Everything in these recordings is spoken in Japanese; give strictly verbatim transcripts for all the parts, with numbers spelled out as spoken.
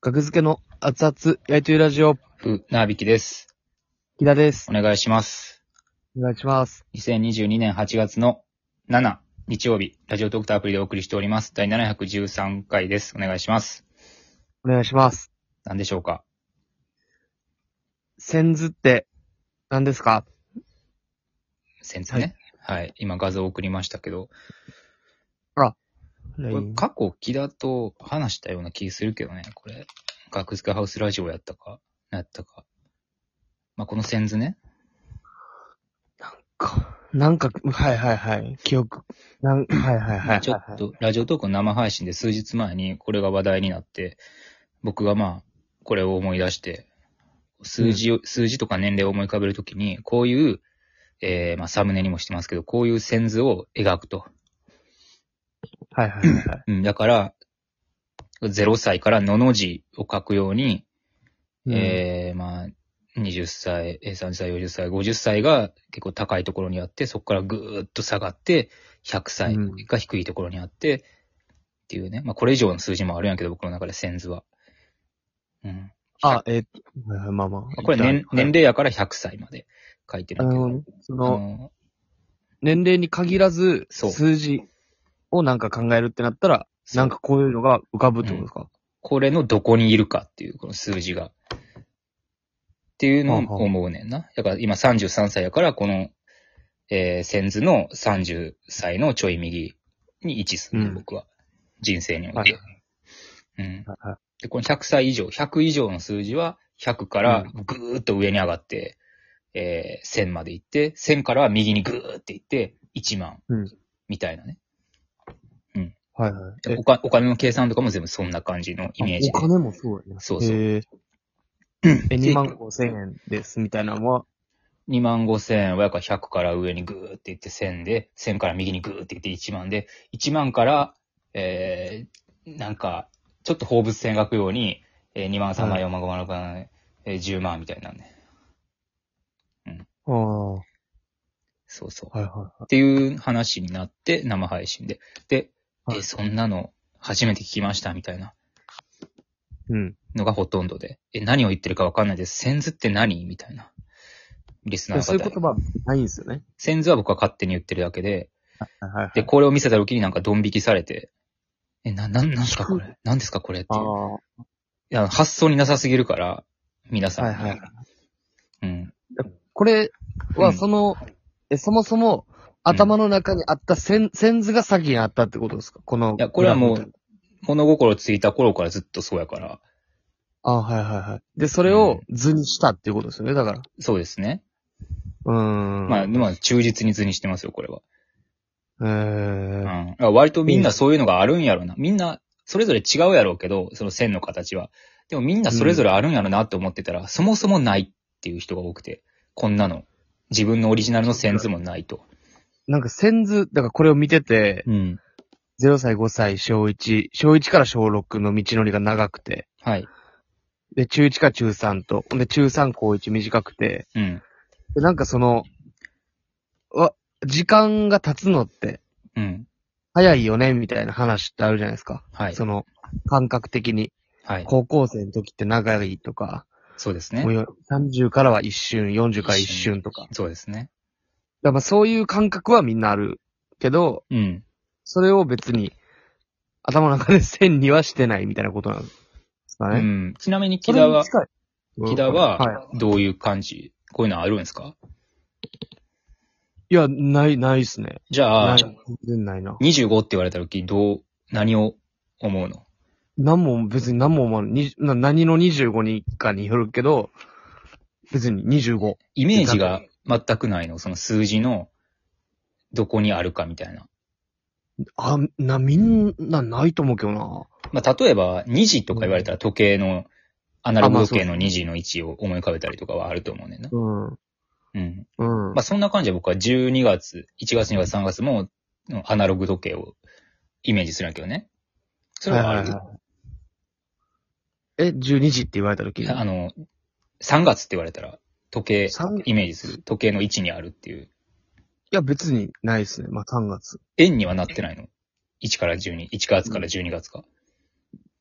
格付けの熱々焼いてるラジオ、 ふ、なびきです。 木田です。 お願いします。 お願いします。 にせんにじゅうにねんはちがつのしち日曜日、ラジオトークとアプリでお送りしております。だいななひゃくじゅうさんかいです。お願いします。 お願いします。 何でしょうか？ センズって何ですか？ センズね。はい、はい。今画像を送りましたけど。 あ、 これ過去木田と話したような気するけどね、これ。格付けハウスラジオやったか、やったか。まあ、このセンズね。 なんか、なんか、はいはいはい。記憶。なん、はいはいはい。 ちょっと、ラジオトークの生配信で数日前にこれが話題になって、僕がまあ、これを思い出して、数字を、うん、数字とか年齢を思い浮かべるときに、こういう、えー、まあ、サムネにもしてますけど、こういう線図を描くと。 はいはいはい。 うん、だから、ゼロさいからのの字を書くように、うん、えー、まあ、はたち、さんじゅっさい、よんじゅっさい、ごじゅっさいが結構高いところにあって、そこからぐーっと下がって、ひゃくさいが低いところにあって、うん、っていうね。まあ、これ以上の数字もあるんやけど、僕の中で線図は。うん。 あ、えー、まあまあ。 これ年、年齢やからひゃくさいまで書いてるんだけど。 あの、その、あの年齢に限らず、数字をなんか考えるってなったら、なんかこういうのが浮かぶってことですか？うん、 これのどこにいるかっていう、この数字が。っていうのを思うねんな。だから今さんじゅうさんさいやから、この、えー、線図のさんじゅっさいのちょい右に位置する、うん、僕は。人生において。はい、うん。はい、で、このひゃくさい以上、ひゃく以上の数字は、ひゃくからぐーっと上に上がって、うん、えー、せんまで行って、せんからは右にぐーって行って、いちまん。うん、みたいなね。うん。はいはい。おか、お金の計算とかも全部そんな感じのイメージで。 お金もそうやね。 そうそう。 へえ、にまんごせんえんですみたいなのはにまんごせんえんはやからひゃくから上にぐーっていってせんで、せんから右にぐーっていっていちまんで、いちまんから、えー、なんか、ちょっと放物線描くように、えー、にまん、さんまん、よんまん、ごまん、ろくまん、えー、じゅうまんみたいなんね。うん。ああ。そうそう。はいはいはい。っていう話になって、生配信で。で、はい、え、そんなの初めて聞きましたみたいな。うん。のがほとんどで。え、何を言ってるかわかんないです。線図って何みたいな。リスナーの方。 そういう言葉ないんですよね。 線図は僕は勝手に言ってるだけで、 はいはいはい、 で、これを見せた時になんかドン引きされて、え、な、な、なんですかこれなんですかこれっていう。いや、発想になさすぎるから、皆さん。はいはいはい。うん。 これはその、うん、え、そもそも頭の中にあった線、線図が先にあったってことですかこの。 いや、これはもう、物心ついた頃からずっとそうやから。 あはいはいはい。で、それを図にしたっていうことですよね、だから。 そうですね。 うーん。 まあ、まあ、忠実に図にしてますよ、これは。 へー。 うん。割とみんなそういうのがあるんやろな。みんな、それぞれ違うやろうけど、その線の形は。でもみんなそれぞれあるんやろなって思ってたら、うん、そもそもないっていう人が多くて、こんなの。自分のオリジナルの線図もないと。 なんか線図、だからこれを見てて、 うん。 ゼロさい、ごさい、小いち、小いちから小ろくの道のりが長くて、 はい。 で、中いちから中さんと、で、中さん、高いち短くて、 うん。 で、なんかその、わ、時間が経つのって、 うん。 早いよね、みたいな話ってあるじゃないですか。 はい。 その、感覚的に。はい。高校生の時って長いとか。 そうですね。 もうさんじゅうからは一瞬、よんじゅうから一瞬とか。 そうですね。 だからそういう感覚はみんなあるけど、うん。それを別に、頭の中で線にはしてないみたいなことなんですかね。うん。 ちなみに木田は、木田は、どういう感じ、こういうのあるんですか？ いや、ない、ないっすね。 じゃあ、 全然ないな。 にじゅうごって言われたとき、どう、何を思うの？ 何も、別に何も思わない。な何のにじゅうごにかによるけど、別ににじゅうご。 イメージが全くないの？その数字の、どこにあるかみたいな。 あ、な、みんなないと思うけどな。 まあ、例えば、にじとか言われたら時計の、アナログ時計のにじの位置を思い浮かべたりとかはあると思うねんな。うん。うん。うん。まあ、そんな感じで僕はじゅうにがつ、いちがつ、にがつ、さんがつも、アナログ時計をイメージするんだけどね。それはある。はいはいはい、 え、じゅうにじって言われたときあの、さんがつって言われたら、時計、イメージする。時計の位置にあるっていう。 いや、別にないですね。まあ、さんがつ。 円にはなってないの ?いち からじゅうに、いちがつからじゅうにがつか。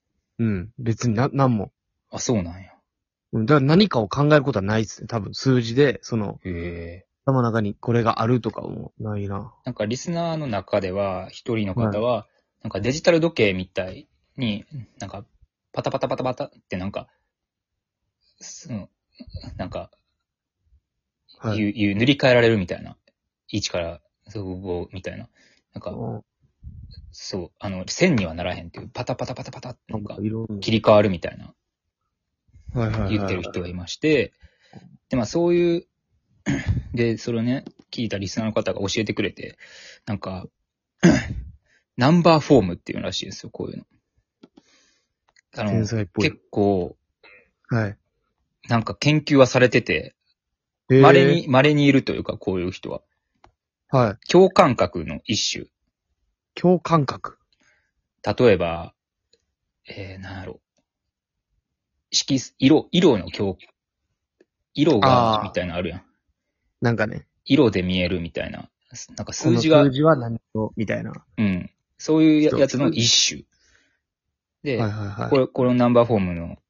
うん。別にな、なんも。 あ、そうなんや。 うん。だから何かを考えることはないっすね。多分、数字で、その、 へえ。 頭の中にこれがあるとかもないな。 なんかリスナーの中では、一人の方は、なんかデジタル時計みたいに、なんか、パタパタパタパタってなんか、そのなんか、 はい。 いう、いう塗り替えられるみたいな。いちからごみたいな。なんか、 うんそう、あの、線にはならへんっていう、パタパタパタパタってなんか、 いろんな。 切り替わるみたいな、 はいはいはいはい。 言ってる人がいまして、で、まあそういう、で、それをね、聞いたリスナーの方が教えてくれて、なんか、ナンバーフォームっていうらしいですよ、こういうの。あの天、才っぽい。 結構、 はい。 なんか研究はされてて、 へー稀に、稀にいるというか、こういう人は。 はい。 共感覚の一種。 共感覚。 例えば、えー、なんやろ。色、色、色の共、色が、 あーみたいなのあるやん。 なんかね、 色で見えるみたいな。なんかこ数字が、 の数字は何と、みたいな。はうん。そういうや人やつの一種。 いで、 はいはい。 これ、このナンバーフォームの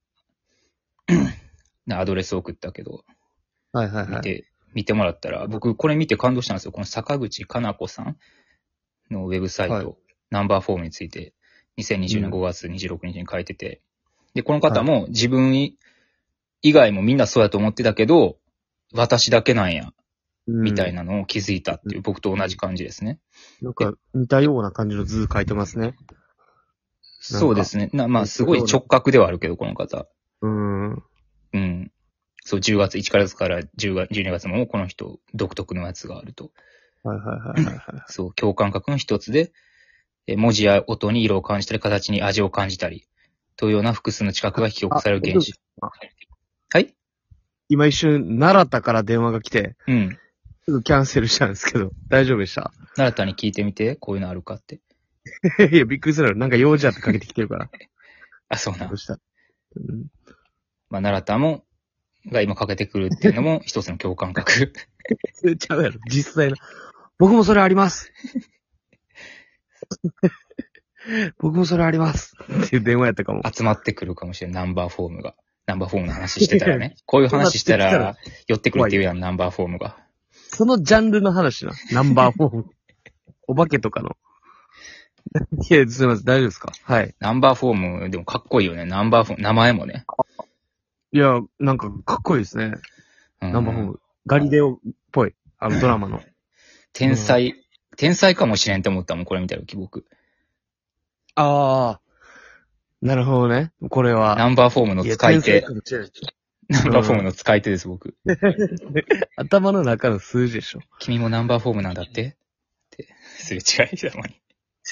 アドレス送ったけど、 はいはいはい。 見て、見てもらったら、僕これ見て感動したんですよ。この坂口かな子さんのウェブサイト、 はいナンバーフォームについて、にせんにじゅうねんごがつにじゅうろくにちに書いてて、で、この方も自分以外もみんなそうやと思ってたけど、私だけなんや、みたいな。 なのを気づいたっていう、僕と同じ感じですね。 なんか、似たような感じの図書いてますね。 そうですね。なまあ、すごい直角ではあるけど、この方。 うーん。 うん。そう、じゅうがつ、いちがつからじゅうがつ、じゅうにがつもこの人、独特のやつがあると。 はいはいはいはいはい。 そう、共感覚の一つで、え文字や音に色を感じたり、形に味を感じたり、というような複数の知覚が引き起こされる現象。はい今一瞬、奈良田から電話が来て、 うん。 すぐキャンセルしたんですけど、大丈夫でした奈良田に聞いてみて、こういうのあるかって。 いや、びっくりするよ。なんか用事あってかけてきてるから。 あ、そうなどう。した、うんまあ、奈良田も、が今かけてくるっていうのも一つの共感覚。 ちゃうやろ、実際の。僕もそれあります。僕もそれあります。っていう電話やったかも。 集まってくるかもしれん、ナンバーフォームが。ナンバーフォームの話してたらね。こういう話したら、寄ってくるっていうやん、ナンバーフォームが。 そのジャンルの話な。ナンバーフォーム。お化けとかの。いや、すみません、大丈夫ですかはい。 ナンバーフォーム、でもかっこいいよね。ナンバーフォーム、名前もね。 いや、なんか、かっこいいですね。 うんナンバーフォーム。ガリレオっぽい。あの、ドラマの。 天才、天才かもしれんって思ったもん、これ見たとき僕。 ああ。なるほどね。これは。 ナンバーフォームの使い手。ナンバーフォームの使い手です、僕。 頭の中の数字でしょ。 君もナンバーフォームなんだってって、すれ違いたまに。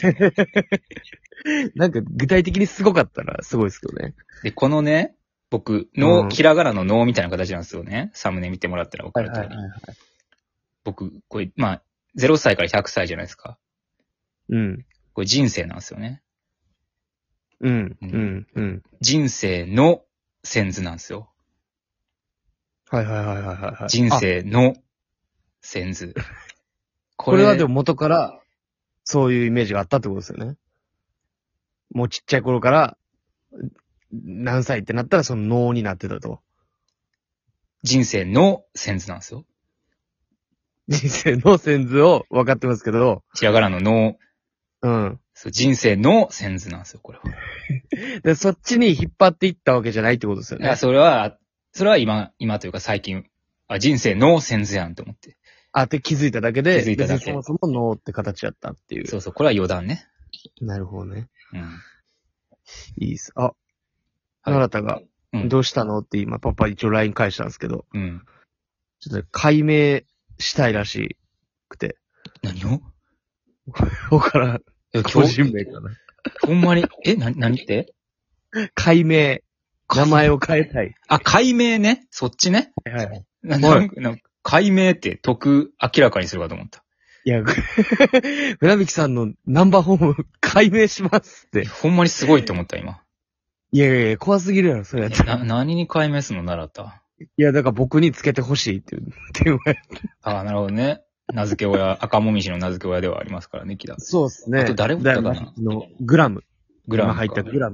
なんか具体的にすごかったらすごいですけどね。 で、このね、僕、脳、ひらがなの脳みたいな形なんですよね。サムネ見てもらったら分かる通り。僕、これ、まあ、ゼロさいからひゃくさいじゃないですか。 うん。 これ人生なんですよね。 うん。うん。うん。 人生の線図なんですよ。 はいはいはいはいはい。 人生の線図。 これ、これはでも元から、そういうイメージがあったってことですよね。もうちっちゃい頃から、何歳ってなったらその脳になってたと。 人生の線図なんですよ。 人生の線図を分かってますけど。 ひらがなの脳。 うん。 そう、人生の線図なんですよ、これは。 で、そっちに引っ張っていったわけじゃないってことですよね。 いや、それは、それは今、今というか最近、あ、人生の線図やんと思って。 あ、って気づいただけで、 気づいただけそもそも脳って形やったっていう。 そうそう、これは余談ね。 なるほどね。 うん。 いいっす。あ、あなたが、どうしたのって今、パパ一応 ライン 返したんですけど、 うん。 ちょっと解明したいらしくて。 何をここからえ、 個人名かな。 ほんまに、え、な、何って解明。名前を変えたい。 あ、解明ね。そっちね。 はいはい。 な、な、な解明って得明らかにするかと思った。 いや、船引さんのナンバーフォーム解明しますって。 ほんまにすごいと思った、今。 いやいやいや、怖すぎるやろ、それやったら。 な、何に解明するの習った。 いや、だから僕につけてほしいっていう電話。 ああ、なるほどね。名付け親、赤もみじの名付け親ではありますからね、木田。 そうですね。 あと誰もったかなのグラム。 グラムか。 今入ったグラム。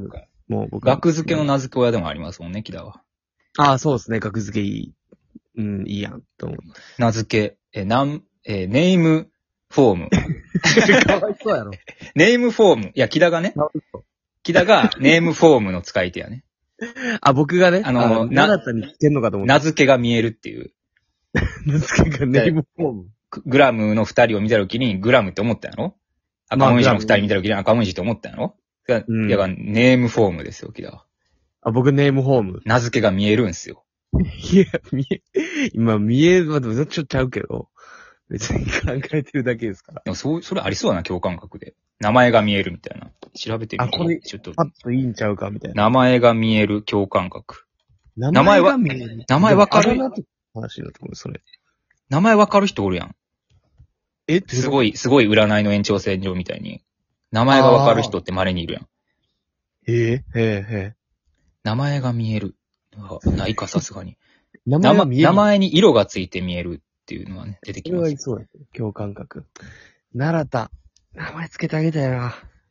もう僕は。 学付けの名付け親でもありますもんね、木田は。 ああ、そうですね。学付けいい。うん、いいやん、と思う。 名付け、え、なん、え、ネームフォーム。 かわいそうやろ。 ネームフォーム。いや、木田がね、 かわいそう木田がネームフォームの使い手やね。 あ、僕がね、 あのな、 ななたにつけんのかと思った。 名付けが見えるっていう。 名付けがネームフォーム。 グラムの二人を見たときにグラムって思ったんやろ赤文字の二人見たときに赤文字って思ったんやろだから、 うんだからネームフォームですよ、木田は。 あ、僕ネームフォーム。 名付けが見えるんすよ。 いや、見え、今見え、まあ、でもちょっとちゃうけど、別に考えてるだけですから。 でもそう、それありそうやな、共感覚で。名前が見えるみたいな。調べてみあ、 て。 これ、 ちょっと。 パッといいんちゃうかみたいな。 名前が見える共感覚。 名前はが見える名前わかるでもあだ名と話になってくる、それ。 名前わかる人おるやん。 え、い。 すごい、すごい占いの延長線上みたいに。名前がわかる人って稀にいるやん。 ええええ名前が見える。あないか、さすがに。 名名前前が見える。 名前に色がついて見えるっていうのはね、出てきますそれはい。そうや。共感覚。奈良田。名前つけてあげたいな。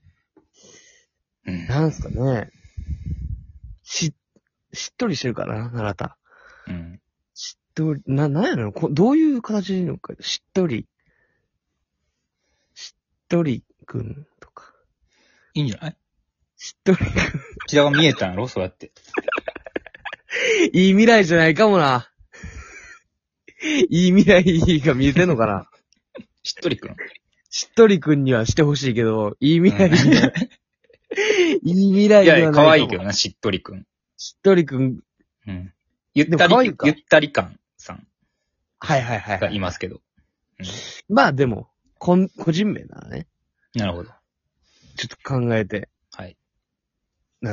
うん。 なんすかね。し、しっとりしてるかな、奈良田。 うん。 しっとり、な、なんやろこどういう形でいいのか。しっとり。しっとりくんとか。 いいんじゃないしっとりくん。 木田が見えたんやろそうやって。 いい未来じゃないかもな。いい未来が見えてんのかな。 しっとりくん。 しっとりくんにはしてほしいけど、いい未来には、いい未来いやいや、 ではないかも。 可愛いけどな、しっとりくん。 しっとりくん、 うん。ゆっでたり、 も可愛いかゆったり感さんはいはいはい、 がはい。 いますけど。 まあでも、こん、個人名ならね、 なるほど。 ちょっと考えて、